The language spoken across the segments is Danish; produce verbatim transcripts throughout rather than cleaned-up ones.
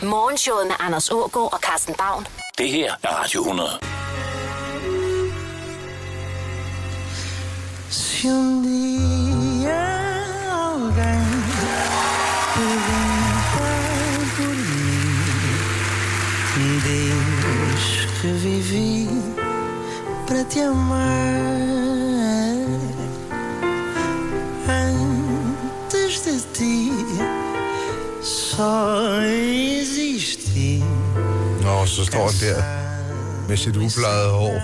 Morgenshowet med Anders Aagaard og Carsten Baum. Det her er Radio hundrede. Se um dia alguém perguntar por mim, desde que vivi pra te amar. Antes de ti só existi. Nå, så står han der med sit ubladede hår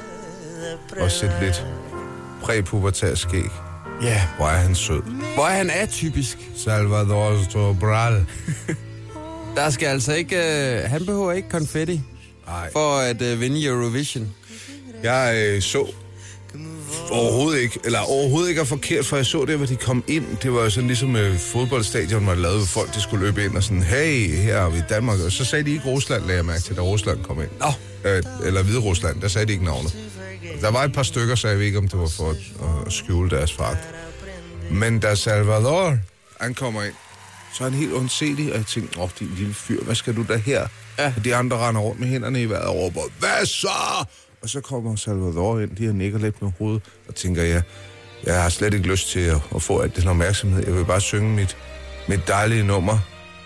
og sit lidt præpubertært skæg. Ja. Hvor er han sød. Hvor er han atypisk. Salvador Sobral. Der skal altså ikke... Øh, han behøver ikke konfetti Nej. for at øh, vinde Eurovision. Jeg øh, så overhovedet ikke, eller overhovedet ikke er forkert, for jeg så det, hvor de kom ind. Det var jo sådan ligesom øh, fodboldstadion, hvor de lavede folk, de skulle løbe ind og sådan, hey, her er vi i Danmark. Og så sagde de ikke Rusland, lagde jeg mærke til, da Rusland kom ind. Nå. Øh, eller Hvide Rusland, der sagde de ikke navnet. Der var et par stykker, så jeg ved ikke, om det var for at, at skjule deres fakt. Men da Salvador, han kommer ind, så er han helt undselig, og jeg tænkte, åh, oh, din lille fyr, hvad skal du da her? Ja. Og de andre render rundt med hænderne i vejret og råber, hvad så? Og så kommer Salvador ind, de her nikker lidt med hovedet, og tænker, ja, jeg har slet ikke lyst til at, at få alt den opmærksomhed. Jeg vil bare synge mit, mit dejlige nummer.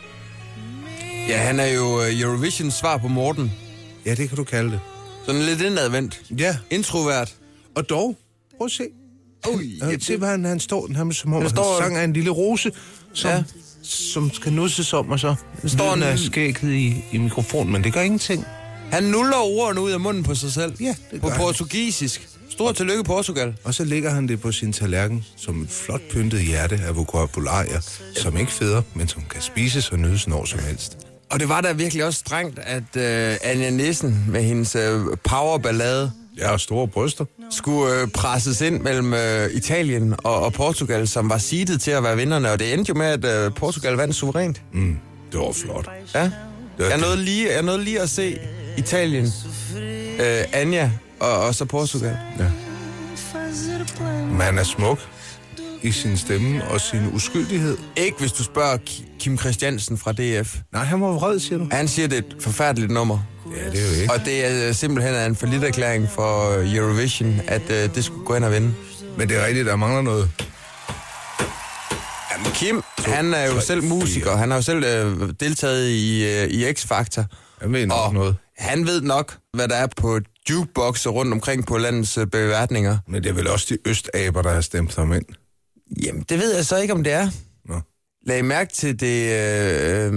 Ja, han er jo Eurovisions svar på Morten. Ja, det kan du kalde det. Sådan lidt indadvendt. Ja. Introvert. Og dog, prøv at se. Ui, Ja, se, hvad han, han står den her med, som om han han står- sang af en lille rose, som, Ja. ja. som skal nusses om, og så står står en- af skægget i, i mikrofonen, men det gør ingenting. Han nuller ordene ud af munden på sig selv. Ja, det På gør han. portugisisk. Stort tillykke, Portugal. Og så lægger han det på sin tallerken som et flot pyntet hjerte af vocabularie, som ikke feder, men som kan spises og nydes når som helst. Og det var da virkelig også strengt, at øh, Anja Nielsen med hendes øh, powerballade Ja, og store bryster. skulle øh, presses ind mellem øh, Italien og, og Portugal, som var seedet til at være vinderne. Og det endte jo med, at øh, Portugal vandt suverænt. Mm, det var flot. Ja. Det var Jeg det. nåede lige, jeg nåede lige at se Italien, øh, Anja og, og så Portugal. Ja. Man er smuk i sin stemme og sin uskyldighed. Ikke hvis du spørger Ki- Kim Christiansen fra D F. Nej, han var vred, siger du. Han siger, det er et forfærdeligt nummer. Ja, det er jo ikke. Og det er øh, simpelthen en forlitterklæring for øh, Eurovision, at øh, det skulle gå ind og vinde. Men det er rigtigt, der mangler noget. Jamen, Kim, han er jo tre, selv musiker. fire. Han har jo selv øh, deltaget i, øh, i X-Factor. Jeg ved nok Og noget. han ved nok, hvad der er på jukeboxer rundt omkring på landets øh, beværtninger. Men det er vel også de østaber, der har stemt ham ind. Jamen, det ved jeg så ikke, om det er. Nå. Lag I mærke til det øh,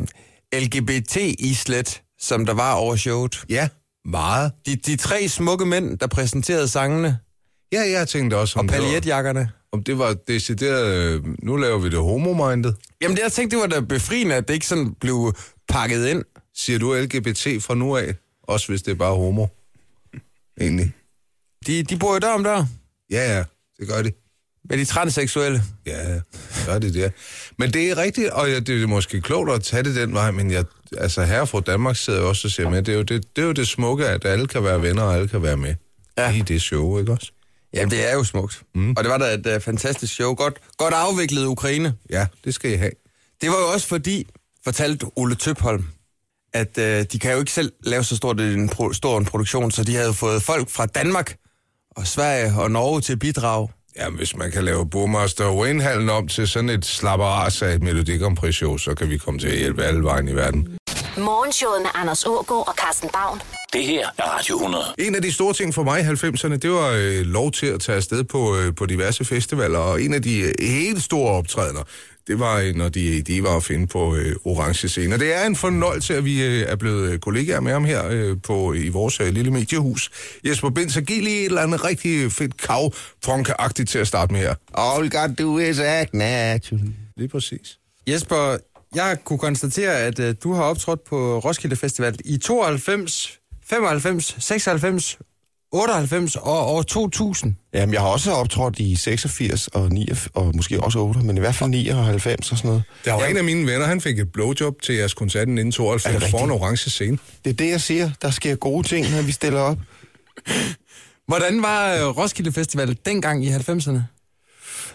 L G B T-islet, som der var over showet. Ja, meget. De, de tre smukke mænd, der præsenterede sangene, Ja, jeg tænkte også, og om det var, paljetjakkerne. om det var decideret, øh, nu laver vi det homo-minded. Jamen, det jeg tænkte, det var da befriende, at det ikke sådan blev pakket ind. Siger du L G B T fra nu af? Også hvis det er bare homo. Egentlig. De, de bor jo derom der, Ja, ja, det gør de. med de transseksuelle. Ja, gør det det. Men det er rigtigt, og ja, det er måske klogt at tage det den vej, men jeg, altså her fra Danmark sidder jeg også og siger med, det er, jo det, det er jo det smukke, at alle kan være venner, og alle kan være med. Ja. I det show, ikke også? Jamen, det er jo smukt. Mm. Og det var da et uh, fantastisk show. Godt, godt afviklet Ukraine. Ja, det skal I have. Det var jo også fordi, fortalte Ole Tøpholm, at uh, de kan jo ikke selv lave så stor en, pro- stor en produktion, så de havde fået folk fra Danmark og Sverige og Norge til at bidrage. Ja, hvis man kan lave Burmaster Wayne-hallen om til sådan et slapperas af et Melodi Grand Prix show, så kan vi komme til at hjælpe alle vejen i verden. Morgenshowet med Anders Aagaard og Carsten Baum. Det her er Radio hundrede. En af de store ting for mig i halvfemserne, det var øh, lov til at tage afsted på, øh, på diverse festivaler, og en af de øh, helt store optrædener, det var, øh, når de, de var at finde på øh, orange scene. Og det er en fornøjelse, at vi øh, er blevet kollegaer med ham her øh, på, i vores øh, lille mediehus. Jesper Bindt, så giv lige et eller andet rigtig fedt kav punkagtigt til at starte med her. All you gotta do is act naturally. Lige præcis. Jesper, jeg kunne konstatere, at uh, du har optrådt på Roskilde Festival i tooghalvfems, femoghalvfems, seksoghalvfems, otteoghalvfems og år to tusind. Jamen, jeg har også optrådt i seksogfirs og niogfirs, og måske også otte, men i hvert fald nioghalvfems og sådan noget. Der var en af mine venner, han fik et blowjob til jeres koncert i nitten tooghalvfems foran orange scene. Det er det, jeg siger. Der sker gode ting, når vi stiller op. Hvordan var uh, Roskilde Festival dengang i halvfemserne?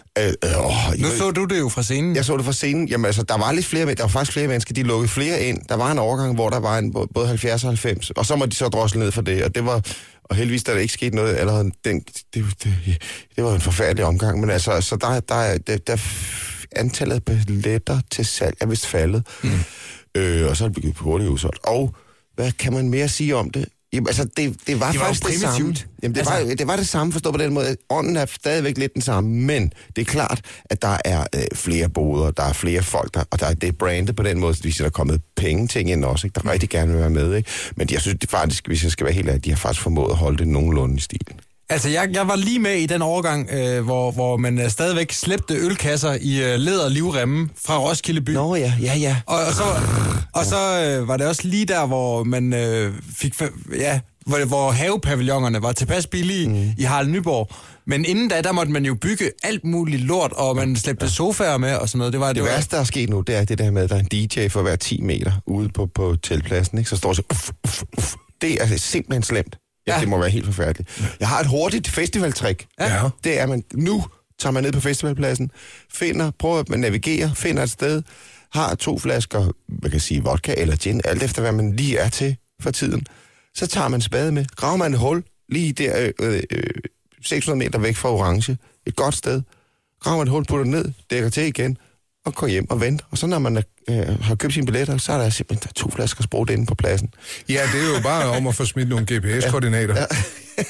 Øh, øh, åh, Nu jeg, så du det jo fra scenen. jeg så det fra scenen. Jamen altså, der var lidt flere, der var faktisk flere mennesker, de lukkede flere ind. Der var en overgang, hvor der var en, både halvfjerds og halvfems, og så må de så drosle ned for det, og det var... Og heldigvis der er der ikke sket noget allerede. Den, det, det, det var en forfærdelig omgang, men altså, så der, der, der, der antallet af billetter til salg er vist faldet. Mm. Øh, og så er det blevet hurtigt udsolgt. Og hvad kan man mere sige om det? Jamen, altså, det, det var det faktisk var det samme. Jamen, det, altså... var, det var det samme, forstå på den måde. Ånden er stadigvæk lidt den samme, men det er klart, at der er øh, flere boder, der er flere folk, der, og der er det brandet på den måde, så der er kommet penge ting ind også, ikke? Der mm. rigtig gerne vil være med, ikke? Men jeg synes det faktisk, hvis jeg skal være helt ærlig, de har faktisk formået at holde det nogenlunde i stilen. Altså, jeg, jeg var lige med i den overgang, øh, hvor, hvor man øh, stadigvæk slæbte ølkasser i øh, læder livremme fra Roskilde by. Nå ja, ja, ja. Og, og så, og så øh, var det også lige der, hvor man øh, fik... Ja, hvor, hvor havepaviljonerne var tilpas billige mm. i Harald Nyborg. Men inden da, der måtte man jo bygge alt muligt lort, og man slæbte ja. sofaer med og sådan noget. Det, var, det, det var... værste, der er sket nu, det er det der med, at der er en D J for hver ti meter ude på, på teltpladsen, ikke? Så står så... Uff, uff, uff. Det er simpelthen slemt. Ja, ja. Det må være helt forfærdeligt. Jeg har et hurtigt festivaltrick. Ja. Det er, man nu tager man ned på festivalpladsen, finder, prøver at navigere, finder et sted, har to flasker, man kan sige vodka eller gin, alt efter hvad man lige er til for tiden. Så tager man spade med, graver man et hul, lige der øh, øh, seks hundrede meter væk fra Orange, et godt sted, graver man et hul, putter ned, dækker til igen, og går hjem og venter. Og så når man øh, har købt sine billetter, så er der simpelthen der to flasker sprut inde på pladsen. Ja, det er jo bare om at få smidt nogle G P S-koordinater. Ja. Ja.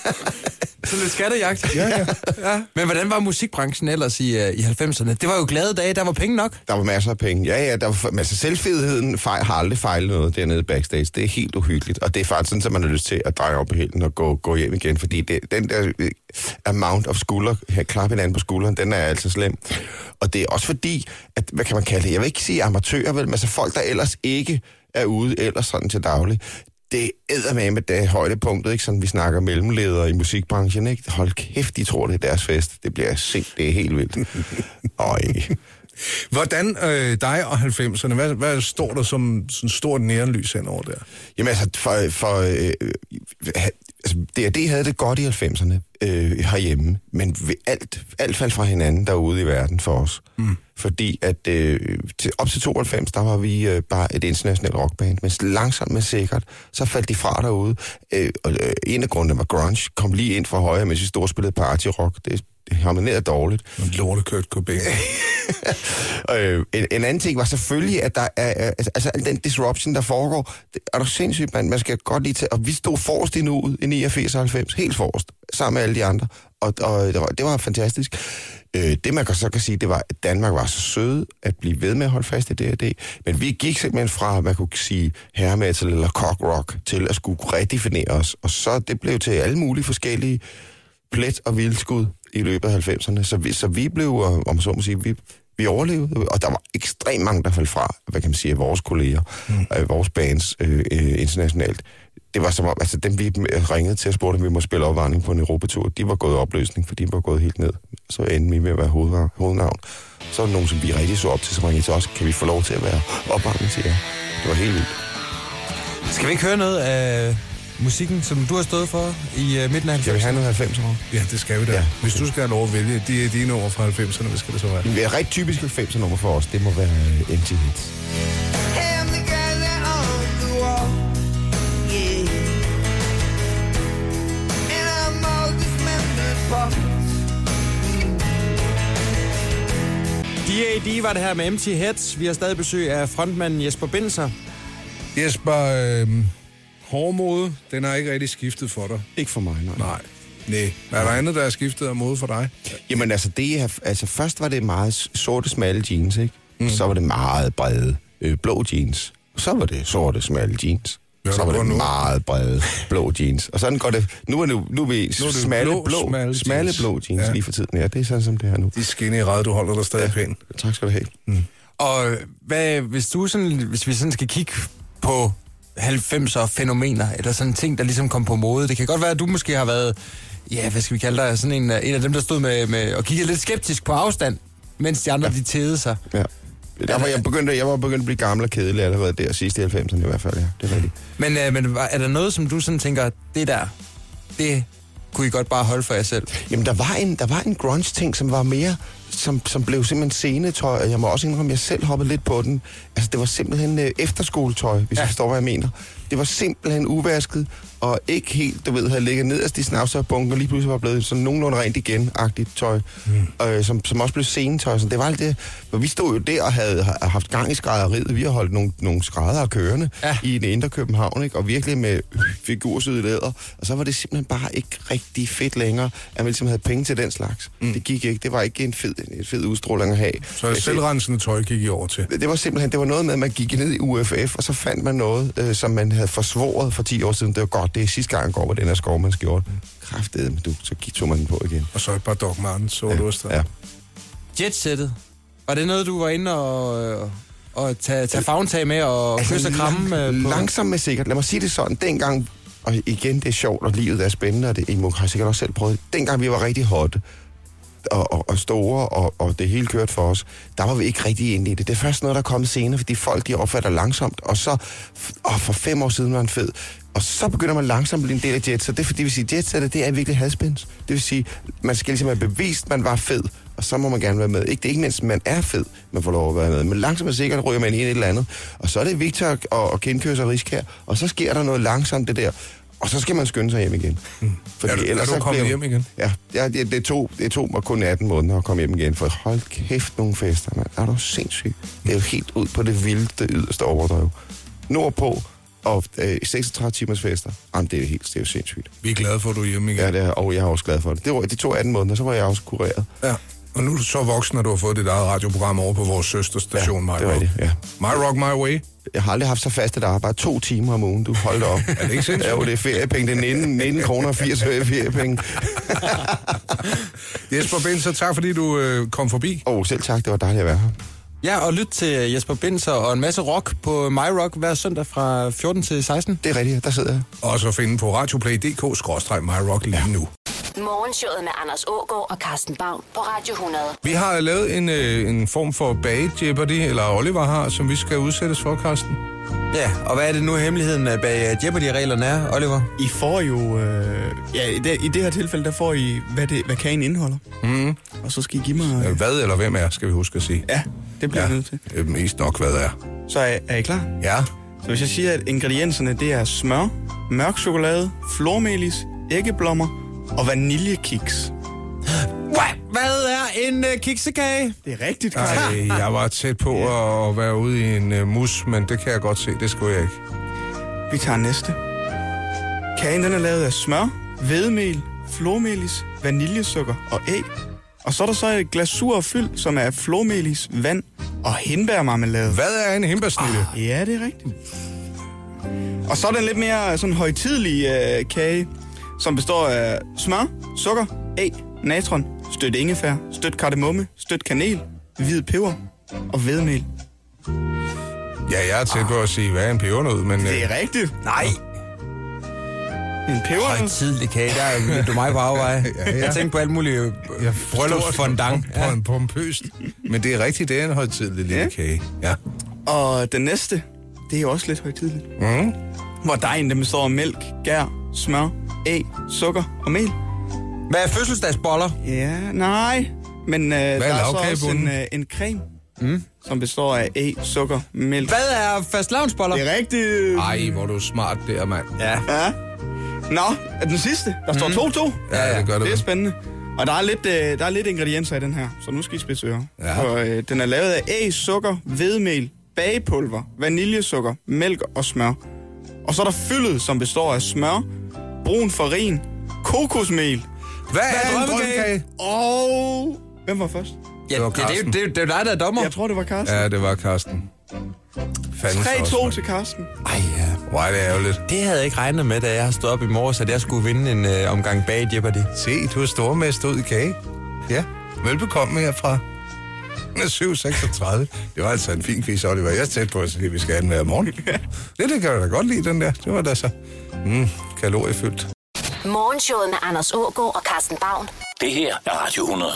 Så lidt skattejagt. Ja, ja. Ja. Men hvordan var musikbranchen ellers i, uh, i halvfemserne? Det var jo glade dage, der var penge nok. Der var masser af penge. Ja, ja, der var altså selvfedheden fejl, har aldrig fejlet noget dernede backstage. Det er helt uhyggeligt, og det er faktisk sådan, at man har lyst til at dreje op på hælen og gå, gå hjem igen, fordi det, den der uh, amount of skulder, her klap hinanden på skulderen, den er altså slem. Og det er også fordi, at, hvad kan man kalde det? Jeg vil ikke sige amatører, vel, men altså folk, der ellers ikke er ude ellers sådan til daglig. Det æder med med det højdepunktet, ikke? Sådan, vi snakker mellemledere i musikbranchen, ikke? Hold kæft, de tror, det er deres fest. Det bliver sindssygt, det er helt vildt. Øj. Hvordan øh, dig og halvfemserne, hvad, hvad står der som sådan stort neonlys henover der? Jamen altså, for, for øh, altså, D R D havde det godt i halvfemserne øh, herhjemme, men alt, alt faldt fra hinanden derude i verden for os. Mm. Fordi at øh, til, op til tooghalvfems, der var vi øh, bare et internationalt rockband, men langsomt men sikkert, så faldt de fra derude. Øh, og øh, en af grundene var grunge, kom lige ind fra højre, mens vi stod og spillede partyrock. Det, det harmonerede dårligt. Lorte Kurt Cobain. øh, en, en anden ting var selvfølgelig, at der er altså, altså den disruption, der foregår, det er der sindssygt, man, man skal godt lige til, og vi stod forrest i nuet i niogfirs og halvfems, helt forrest, sammen med alle de andre, og, og det, var, det var fantastisk. Øh, det man så kan sige, det var, at Danmark var så søde at blive ved med at holde fast i D R D, men vi gik simpelthen fra, man kunne sige, hairmetal eller cock rock, til at skulle redefinere os, og så det blev til alle mulige forskellige plet og vildskud i løbet af halvfemserne, så vi, så vi blev, om så må sige, vi, vi overlevede, og der var ekstremt mange, der faldt fra, hvad kan man sige, af vores kolleger, mm. af vores bands øh, internationalt. Det var som om, altså dem vi ringede til at spurgte, om vi må spille opvarmning på en Europatur, de var gået i opløsning, fordi de var gået helt ned. Så endte vi med at være hoved, hovednavn. Så var der nogen, som vi rigtig så op til, som ringede til os, kan vi få lov til at være opvarmning til jer? Det var helt vildt. Skal vi ikke høre noget af musikken, som du har stået for i uh, midten af halvfemserne? Skal vi have noget halvfemserne? Ja, det skal vi da. Ja. Hvis du skal have lov at vælge de er dine ord fra halvfemserne, hvad skal det så være? Det er rigtig typisk halvfemser nummer for os. Det må være uh, M T Hits. D A D var det her med M T Hits. Vi har stadig besøg af frontmanden Jesper Binzer. Jesper, øh, hård mode, den har ikke rigtig skiftet for dig. Ikke for mig, nej. Nej. Nej. Er der andet, der er skiftet af mode for dig? Jamen altså, det er, altså først var det meget sorte, smalle jeans, ikke? Mm. Så var det meget brede øh, blå jeans. Så var det sorte, smalle jeans. Ja, så var det nu meget brede blå jeans. Og sådan går det. Nu er, det, nu er vi nu er det smalle, blå, blå, smalle, smalle blå jeans ja. Lige for tiden. Ja, det er sådan, som det er nu. De skinny rede, du holder dig stadig ja. Pæn. Tak skal du have. Mm. Og hvad, hvis, du sådan, hvis vi sådan skal kigge på halvfemser fænomener, eller sådan ting, der ligesom kom på mode. Det kan godt være, at du måske har været, ja, hvad skal vi kalde dig, sådan en, en af dem, der stod med, med og kiggede lidt skeptisk på afstand, mens de andre, ja. De tædede sig. Ja. Der var jeg, begyndt, jeg var begyndt at blive gammel og kedelig allerede der sidste i halvfemserne i hvert fald, ja. Det er rigtigt. Men, øh, men er der noget, som du sådan tænker, det der, det kunne I godt bare holde for jer selv? Jamen, der var en, der var en grunge-ting, som var mere som, som blev simpelthen scenetøj, og jeg må også indrømme, at jeg selv hoppede lidt på den. Altså, det var simpelthen øh, efterskoletøj, hvis ja. jeg forstår, hvad jeg mener. Det var simpelthen uvasket, og ikke helt, du ved, havde ligget nederst i snavserbunken, og lige pludselig var blevet sådan nogenlunde rent igen-agtigt tøj, mm. øh, som, som også blev scenetøj. Så det var alt det, hvor vi stod jo der og havde haft gang i skrædderiet. Vi har holdt nogle, nogle skræddere kørende ja. i det indre København, ikke? Og virkelig med figursyde læder. Og så var det simpelthen bare ikke rigtig fedt længere, at man ligesom havde penge til den slags. Mm. Det gik ikke. Det var ikke en fed, en fed udstråling at have. Så selvrensende tøj gik I over til? Det, det var simpelthen, det var noget med, at man gik ned i U F F, og så fandt man noget, øh, som man havde forsvoret for ti år siden. Det var godt. Det er sidste gang, jeg går på den her skovmandsgjort. Kraftedeme, du, så tog man den på igen. Og så et par Doc Martens, så du også der. Ja. Jetsettet. Var det noget, du var inde og, og tage, tage favntag med og altså, kysse og kramme lang, på? Langsomt med sikkert. Lad mig sige det sådan. Dengang, og igen, det er sjovt, og livet er spændende, og det I må har sikkert også selv prøvet. Dengang vi var rigtig hotte, og, og, og store, og, og det hele kørte for os, der var vi ikke rigtig inde i det. Det er først noget, der er kommet senere, fordi folk, de opfatter langsomt, og så, og for fem år siden var en fed, og så begynder man langsomt at blive en del af jet, så det er fordi, vi siger, jetsettet, det er virkelig hadspins. Det vil sige, man skal ligesom have bevist, at man var fed, og så må man gerne være med. Ikke, det er ikke mindst, man er fed, man får lov at være med, men langsomt og sikkert ryger man ind i et eller andet, og så er det Victor og, og Kindkøs og Riskær, og så sker der noget langsomt det der. Og så skal man skynde sig hjem igen. Mm. Fordi er du, ellers er du kommet hjem igen? Ja, ja det, det, tog, det tog mig kun atten måneder at komme hjem igen, for hold kæft nogle fester, man. Er du sindssygt? Det er jo helt ud på det vildeste yderste overdrev. Nordpå og øh, seksogtredive timers fester. Jamen, det er helt det er jo sindssygt. Vi er glade for, at du er hjemme igen. Ja, det er, og jeg er også glad for det. Det, var, det tog atten måneder, så var jeg også kureret. Ja. Og nu er du så voksen, at du har fået dit eget radioprogram over på vores søsterstation, ja, My det var Rock. det, ja. My Rock, My Way. Jeg har aldrig haft så fast et arbejde. To timer om ugen, du holder op. Er det ikke sindssygt? Ja, jo, det er feriepenge. Det er nitten, nitten kroner og firs feriepenge. Jesper Binzer, tak fordi du øh, kom forbi. Åh, oh, selv tak. Det var dejligt at være her. Ja, og lyt til Jesper Binzer og en masse rock på My Rock hver søndag fra fjorten til seksten. Det er rigtigt, der sidder jeg. Og så finde på radioplay punktum d k skråstreg my rock lige nu. Morgenshowet med Anders Aagaard og Carsten Baum på Radio hundrede. Vi har lavet en, øh, en form for bag Jeopardy, eller Oliver har, som vi skal udsættes for, Carsten. Ja, og hvad er det nu hemmeligheden bag Jeopardy-reglerne er, Oliver? I får jo... Øh, ja, i det, i det her tilfælde, der får I, hvad, det, hvad kagen indeholder. Mm. Og så skal I give mig... Øh, hvad eller hvem er, skal vi huske at sige. Ja, det bliver ja, jeg nødt til. Øh, mest nok, hvad er. Så er, er I klar? Ja. Så hvis jeg siger, at ingredienserne, det er smør, mørk chokolade, flormelis, æggeblommer og vaniljekiks. Hvad er en uh, kiksekage? Det er rigtigt, Ej, jeg var tæt på at være ude i en uh, mus, men det kan jeg godt se, det skulle jeg ikke. Vi tager næste. Kagen den er lavet af smør, hvedemel, flormelis, vaniljesukker og æg. Og så er der så et glasur og fyld, som er flormelis, vand og hindbærmarmelade. Hvad er en hindbærsnitte? Ah, ja, det er rigtigt. Og så er den lidt mere sådan højtidelig øh, kage, som består af smør, sukker, æg, natron, stødt ingefær, stødt kardemomme, stødt kanel, hvid peber og hvedemel. Ja, jeg er tæt på at sige, hvad er en pebernød, men... Det er rigtigt. Nej. En pebernød? Højtidlig kage, der er du mig på afvej. Ja, ja. Jeg tænkte på alt muligt bryllupsfondant. På, på en pompøst. Men det er rigtigt, det er en højtidlig lille Ja. kage. Ja. Og den næste, det er jo også lidt højtidligt. Mm. Hvor dejen den består af mælk, gær, smør, æg, sukker og mel. Hvad er fødselsdagsboller? Ja, nej. Men øh, der er så også lagkagebunden? en, øh, en creme, mm. som består af æg, sukker, mælk. Hvad er fastelavnsboller? Det er rigtigt. Ej, hvor er du smart der, mand. Ja. Ja. Nå, er den sidste. Der står to to. Ja, det gør det. Det er vel. spændende. Og der er lidt, øh, der er lidt ingredienser i den her, så nu skal I spidse ører. Ja. Og, øh, den er lavet af æg, sukker, hvedemel, bagepulver, vaniljesukker, mælk og smør. Og så er der fyldet, som består af smør, brun farin, kokosmel Hvad er en drømmekage? og... Hvem var først? Ja, Det var det, det, er jo- Carsten. det, er jo- det er jo dig, der er dommer. Jeg tror, det var Carsten. Ja, det var Carsten. Fanden tre så to også, til Carsten. Ej, ja. mand. Hvor er det ærgerligt. Det havde jeg ikke regnet med, da jeg har stået op i morges, at jeg skulle vinde en øh, omgang bag Jeopardy. Se, du er stormester ud i kage. Ja, velbekomme herfra syv seksogtredive. Det var altså en fin quiz, Oliver. Jeg er tæt på at sige, at vi skal have den hver morgen. Det, det kan jeg da godt lide, den der. Det var da så mm, kaloriefyldt. Morgenshowet med Anders Aagaard og Carsten Baum. Det her er Radio hundrede.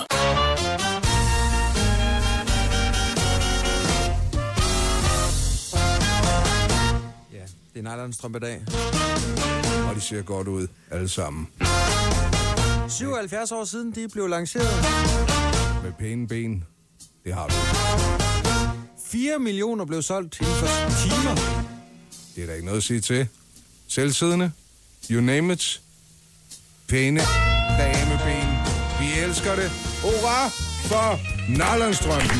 Ja, det er Nejlandstrømpe dag. Og de ser godt ud, alle sammen. syvoghalvfjerds år siden, de blev lanceret. med pæne ben, det har du. fire millioner blev solgt inden for timer. Det er der ikke noget at sige til. Selvsiddende, you name it. Pæne dameben. Vi elsker det. Hurra for nylonstrømpen.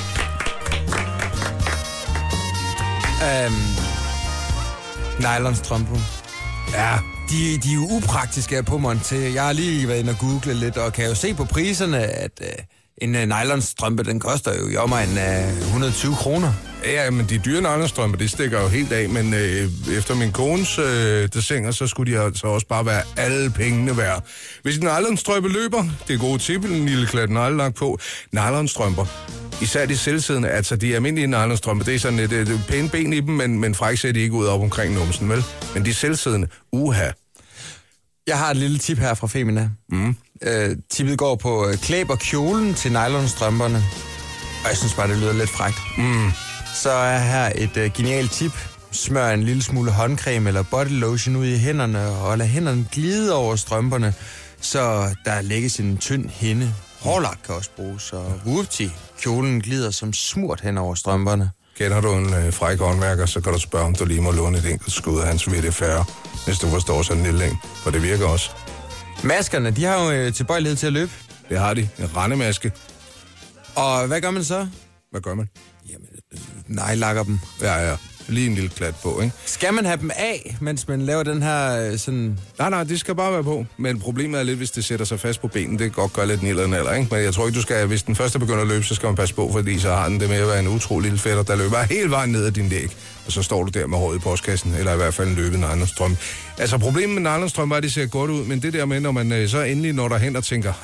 Um, nylonstrømper. Ja, De, de er jo upraktiske at påmontere. Jeg har lige været inde og google lidt, og kan jo se på priserne, at uh, en uh, nylonstrømpe, den koster jo i omegn af uh, et hundrede og tyve kroner. ja, men de dyre nylonstrømper, det stikker jo helt af, men øh, efter min kones øh, desinger, så skulle de altså også bare være alle pengene værd. Hvis en nylonstrømpe løber, det er gode tip, en lille klat nylonlak på, nylonstrømper, især de selvsiddende, altså de almindelige nylonstrømper, det er sådan et, et, et pænt ben i dem, men, men fræk ser de ikke ud op omkring numsen, vel? Men de selvsiddende, uha. Jeg har et lille tip her fra Femina. Mm. Øh, tippet går på øh, klæb og kjolen til nylonstrømperne. Og jeg synes bare, det lyder lidt frækt. Mm. Så er her et øh, genialt tip. Smør en lille smule håndcreme eller body lotion ud i hænderne, og lad hænderne glide over strømperne, så der lægges en tynd hinde. Hårlak kan også bruges, og whoopty, kjolen glider som smurt hen over strømperne. Kender du en øh, fræk håndværker, så kan du spørge, om du lige må låne et enkelt skud af hans V D fyrre, hvis du forstår sådan en lille en, for det virker også. Maskerne, de har jo øh, tilbøjelighed til at løbe. Det har de. En rendemaske. Og hvad gør man så? Hvad gør man? Jamen, øh, nej, lakker dem. Ja, ja. Lige en lille klat på, ikke? Skal man have dem af, mens man laver den her øh, sådan... Nej, nej, det skal bare være på. Men problemet er lidt, hvis det sætter sig fast på benen. Det kan godt gøre lidt nillerne eller, ikke? Men jeg tror ikke, du skal... Hvis den første begynder at løbe, så skal man passe på, fordi så har den det med at være en utrolig lille fætter, der løber hele vejen ned ad din læg. Og så står du der med håret i postkassen, eller i hvert fald en løbet nylonstrømpe. Altså, problemet med nylonstrømpe er, at det ser godt ud, men det der med, når man så endelig når derhen og tænker...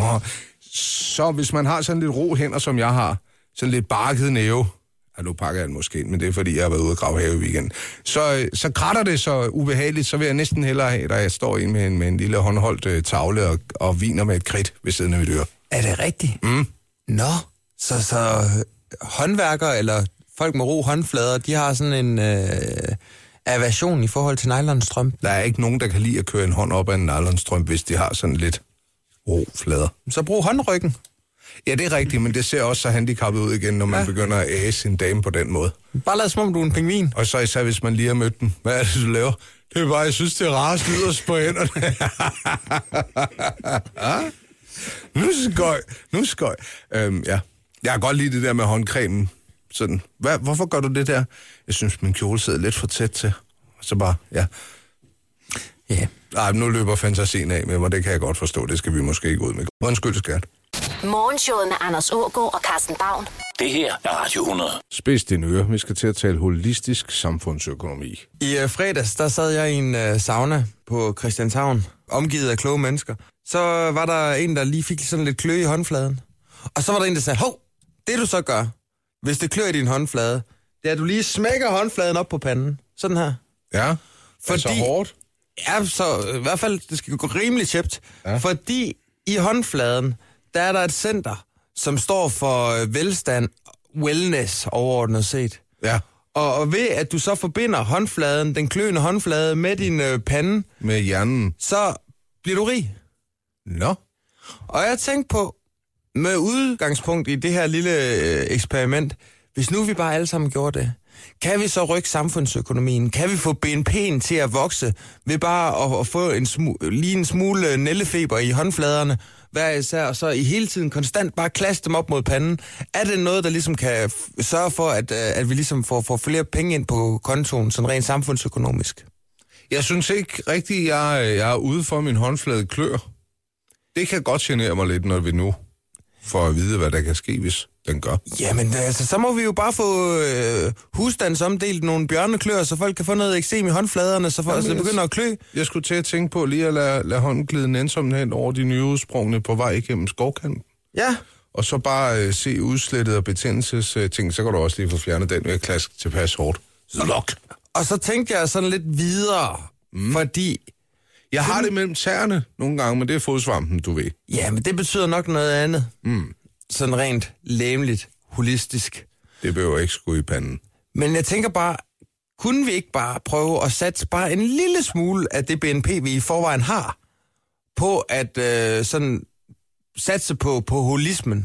så hvis man har sådan lidt ro hænder, som jeg har, sådan lidt barket næve... Ja, nu pakker jeg den måske ind, men det er, fordi jeg har været ude og grave have i weekenden. Så, så kratter det så ubehageligt, så vil jeg næsten hellere have, der jeg står ind med en, med en lille håndholdt øh, tavle og, og viner med et kridt ved siden af mit øre. Er det rigtigt? Mm. Nå, så, så håndværkere eller folk med ro håndflader, de har sådan en øh, aversion i forhold til nylonstrømpe. Der er ikke nogen, der kan lide at køre en hånd op af en nylonstrømpe, hvis de har sådan lidt ro flader. Så brug håndryggen. Ja, det er rigtigt, men det ser også så handicappet ud igen, når man ja. begynder at æse sin dame på den måde. Bare lad som om du er en pingvin. Og så især, hvis man lige har mødt den. Hvad er det, du laver? Det er bare, jeg synes, det er rart yderst på hænderne. nu skøj, nu skøj. Øhm, ja. Jeg kan godt lide det der med håndcremen. Sådan. Hvad, hvorfor gør du det der? Jeg synes, min kjole sidder lidt for tæt til. Så bare, ja. Ja. Yeah. Ej, nu løber fantasien af med mig, det kan jeg godt forstå. Det skal vi måske ikke ud med. Undskyld, skat. Morgenshowet med Anders Aagaard og Carsten Baum. Det her er Radio hundrede. Spids din øre. Vi skal til at tale holistisk samfundsøkonomi. I øh, fredags, der sad jeg i en øh, sauna på Christianshavn, omgivet af kloge mennesker. Så var der en, der lige fik sådan lidt klø i håndfladen. Og så var der en, der sagde, hov, det du så gør, hvis det klør i din håndflade, det er, at du lige smækker håndfladen op på panden. Sådan her. Ja, fordi, så hårdt. Ja, så i hvert fald, det skal gå rimelig tjept. Ja. Fordi i håndfladen, der er der et center, som står for velstand, wellness overordnet set. Ja. Og, og ved, at du så forbinder håndfladen, den kløende håndflade, med din øh, pande, Med hjernen. så bliver du rig. Nå. Og jeg tænkte på, med udgangspunkt i det her lille øh, eksperiment, hvis nu vi bare alle sammen gjorde det, kan vi så rykke samfundsøkonomien? Kan vi få B N P'en til at vokse ved bare at, at få en smu- lige en smule nældefeber i håndfladerne, hver især, og så i hele tiden konstant bare klasse dem op mod panden? Er det noget, der ligesom kan f- sørge for, at, at vi ligesom får, får flere penge ind på kontoen, sådan rent samfundsøkonomisk? Jeg synes ikke rigtigt, jeg, jeg er ude for min håndflade klør. Det kan godt genere mig lidt, når vi nu får at vide, hvad der kan ske, hvis den gør. Jamen, altså, så må vi jo bare få øh, husstandsomdelt nogle bjørneklør, så folk kan få noget eksem i håndfladerne, så folk altså, begynder at klø. Jeg skulle til at tænke på lige at lade, lade hånden glide nænsomt hen over de nyudsprungne på vej igennem skovkanten. Ja. Og så bare øh, se udslettet og betændelsesting, øh, så kan du også lige få fjernet den ved at klaske tilpas hårdt. Lok! Og så tænkte jeg sådan lidt videre, mm. fordi... Jeg har det mellem tæerne nogle gange, men det er fodsvampen, du ved. Ja, men det betyder nok noget andet. Mm. Sådan rent læmeligt, holistisk. Det behøver ikke skulle i panden. Men jeg tænker bare, kunne vi ikke bare prøve at satse bare en lille smule af det B N P, vi i forvejen har, på at øh, sådan satse på, på holismen?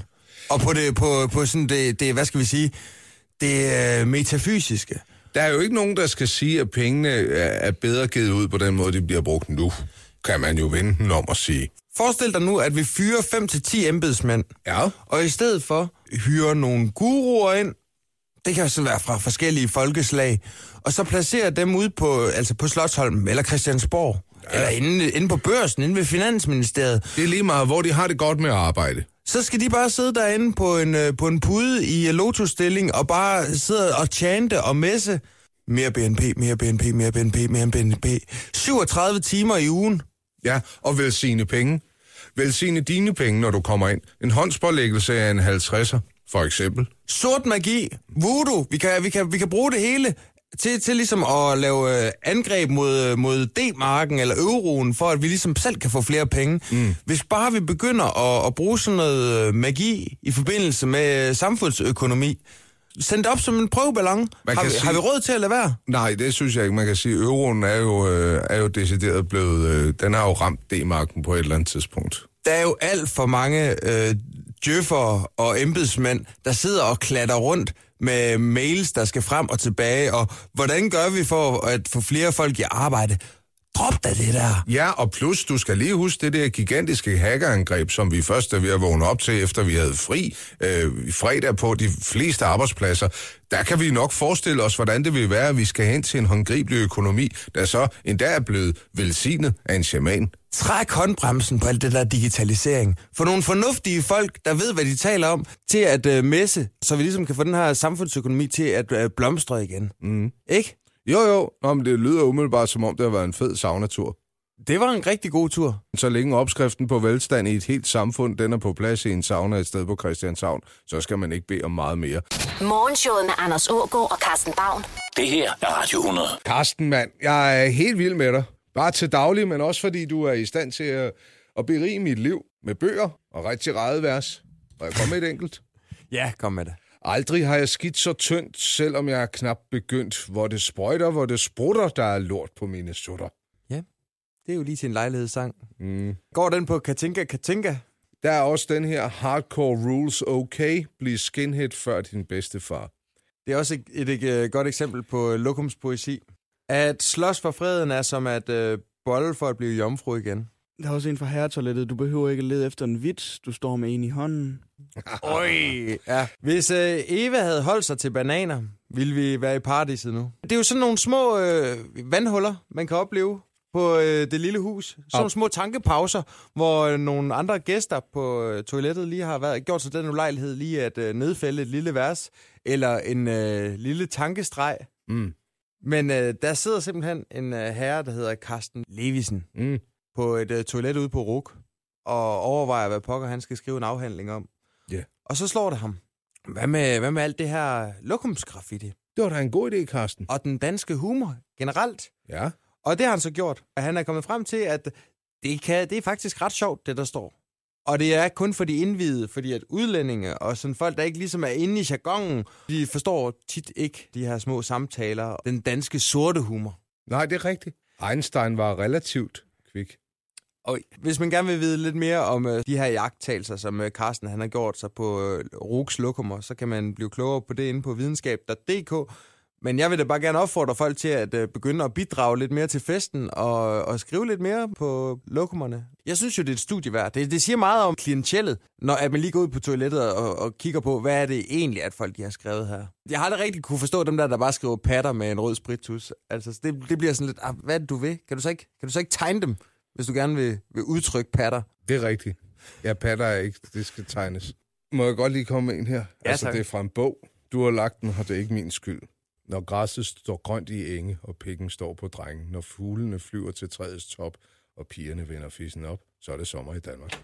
Og på det, på, på sådan det, det, hvad skal vi sige, det øh, metafysiske. Der er jo ikke nogen, der skal sige, at pengene er bedre givet ud på den måde, de bliver brugt nu. Kan man jo vende den om at sige. Forestil dig nu, at vi fyrer fem til ti embedsmænd. Ja. Og i stedet for hyrer nogle guruer ind, det kan jo så være fra forskellige folkeslag, og så placerer dem ud på, altså på Slotsholmen eller Christiansborg, ja. Eller inde, inde på børsen, inde ved Finansministeriet. Det er lige meget, hvor de har det godt med at arbejde. Så skal de bare sidde derinde på en, på en pude i lotusstilling og bare sidde og chante og messe. Mere B N P, mere B N P, mere B N P, mere B N P. syvogtredive timer i ugen. Ja, og velsigne penge. Velsigne dine penge, når du kommer ind. En håndspålæggelse af en halvtredser, for eksempel. Sort magi, voodoo, vi kan, vi kan, vi kan bruge det hele til, til ligesom at lave øh, angreb mod, mod D-marken eller euroen, for at vi ligesom selv kan få flere penge. Mm. Hvis bare vi begynder at, at bruge sådan noget magi i forbindelse med samfundsøkonomi, send det op som en prøveballon. Har vi, sige... har vi råd til at lade være? Nej, det synes jeg ikke. Man kan sige, at euroen er jo, øh, er jo decideret blevet... Øh, den har jo ramt D-marken på et eller andet tidspunkt. Der er jo alt for mange øh, djøffere og embedsmænd, der sidder og klatter rundt med mails, der skal frem og tilbage, og hvordan gør vi for at få flere folk i arbejde? Drop da det der. Ja, og plus, du skal lige huske det der gigantiske hackerangreb, som vi først er ved at vågne op til, efter vi havde fri øh, fredag på de fleste arbejdspladser. Der kan vi nok forestille os, hvordan det vil være, at vi skal hen til en håndgribelig økonomi, der så endda er blevet velsignet af en shaman. Træk håndbremsen på alt det der digitalisering. For nogle fornuftige folk, der ved, hvad de taler om, til at øh, messe, så vi ligesom kan få den her samfundsøkonomi til at øh, blomstre igen. Mm. Ikke? Jo, jo. Nå, men det lyder umiddelbart, som om det har været en fed saunatur. Det var en rigtig god tur. Så længe opskriften på velstand i et helt samfund, den er på plads i en sauna et sted på Christianshavn, så skal man ikke bede om meget mere. Morgenshowet med Anders Aagaard og Carsten Baum. Det her er Radio hundrede. Carsten, mand, jeg er helt vild med dig. Bare til daglig, men også fordi du er i stand til at, at berige mit liv med bøger og rigtig redevers. Og jeg kommer med et enkelt. Ja, kom med det. Aldrig har jeg skidt så tyndt, selvom jeg er knap begyndt. Hvor det sprøjter, hvor det sprutter, der er lort på mine sutter. Ja, det er jo lige til en lejlighedssang. Mm. Går den på Katinka Katinka? Der er også den her hardcore rules okay. Bliv skinhead før din bedste far. Det er også et, et, et godt eksempel på lokumspoesi. At slås for freden er som at øh, bolle for at blive jomfru igen. Der er også en fra herretoilettet. Du behøver ikke lede efter en vits. Du står med en i hånden. Øj. Ja. Hvis øh, Eva havde holdt sig til bananer, ville vi være i paradiset nu. Det er jo sådan nogle små øh, vandhuller, man kan opleve på øh, det lille hus. Sådan nogle små tankepauser, hvor øh, nogle andre gæster på øh, toilettet lige har været, gjort sig den ulejlighed lige at øh, nedfælde et lille vers, eller en øh, lille tankestreg. Mm. Men øh, der sidder simpelthen en øh, herre, der hedder Carsten Levisen, mm. på et øh, toilet ude på Ruk, og overvejer, hvad pokker han skal skrive en afhandling om. Yeah. Og så slår det ham. Hvad med, hvad med alt det her lokumsgraffiti? Det var da en god idé, Carsten. Og den danske humor generelt. Ja. Og det har han så gjort. At han er kommet frem til, at det, kan, det er faktisk ret sjovt, det der står. Og det er kun for de indvidede, fordi at udlændinge og sådan folk, der ikke ligesom er inde i jargonen, de forstår tit ikke de her små samtaler. Den danske sorte humor. Nej, det er rigtigt. Einstein var relativt kvik. Og hvis man gerne vil vide lidt mere om øh, de her jagttagelser, som øh, Carsten han har gjort sig på øh, Ruks lokummer, så kan man blive klogere på det inde på videnskab punktum d k. Men jeg vil da bare gerne opfordre folk til at øh, begynde at bidrage lidt mere til festen og, og skrive lidt mere på lokummerne. Jeg synes jo, det er et studie værd. Det, det siger meget om klientellet, når at man lige går ud på toilettet og, og kigger på, hvad er det egentlig, at folk de har skrevet her. Jeg har aldrig rigtig kunne forstå dem der, der bare skriver patter med en rød spritus. Altså, det, det bliver sådan lidt, ah, hvad er det, du vil? Kan du så ikke, kan du så ikke tegne dem, hvis du gerne vil, vil udtrykke patter? Det er rigtigt. Ja, patter er ikke, det skal tegnes. Må jeg godt lige komme med en her? Ja, altså, tak. det er fra en bog. Du har lagt den, og det er ikke min skyld. Når græsset står grønt i enge, og pikken står på drengen, når fuglene flyver til træets top, og pigerne vender fissen op, så er det sommer i Danmark.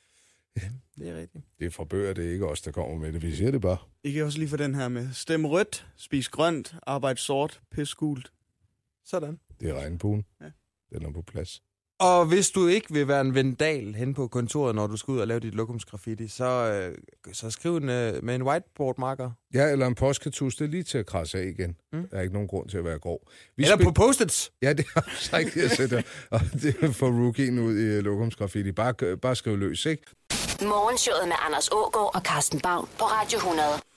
Ja, det er rigtigt. Det er fra bøger, det er ikke os, der kommer med det. Vi siger det bare. I kan også lige få den her med. Stem rødt, spis grønt, arbejde sort, pis gult. Sådan. Det er regnbuen. Ja. Den er på plads. Og hvis du ikke vil være en vandal hen på kontoret, når du skal ud og lave dit lokumsgraffiti, så, øh, så skriv en, øh, med en whiteboard-marker. Ja, eller en postkartus, det er lige til at krasse af igen. Mm. Der er ikke nogen grund til at være grov. Vi Eller spil- på post-its. Ja, det er så ikke det, jeg sætter. Og det er for rookien ud i lokumsgraffiti. Bare, bare skriv løs, ikke? Morgenshowet med Anders Ågaard og Carsten Baum på Radio hundrede.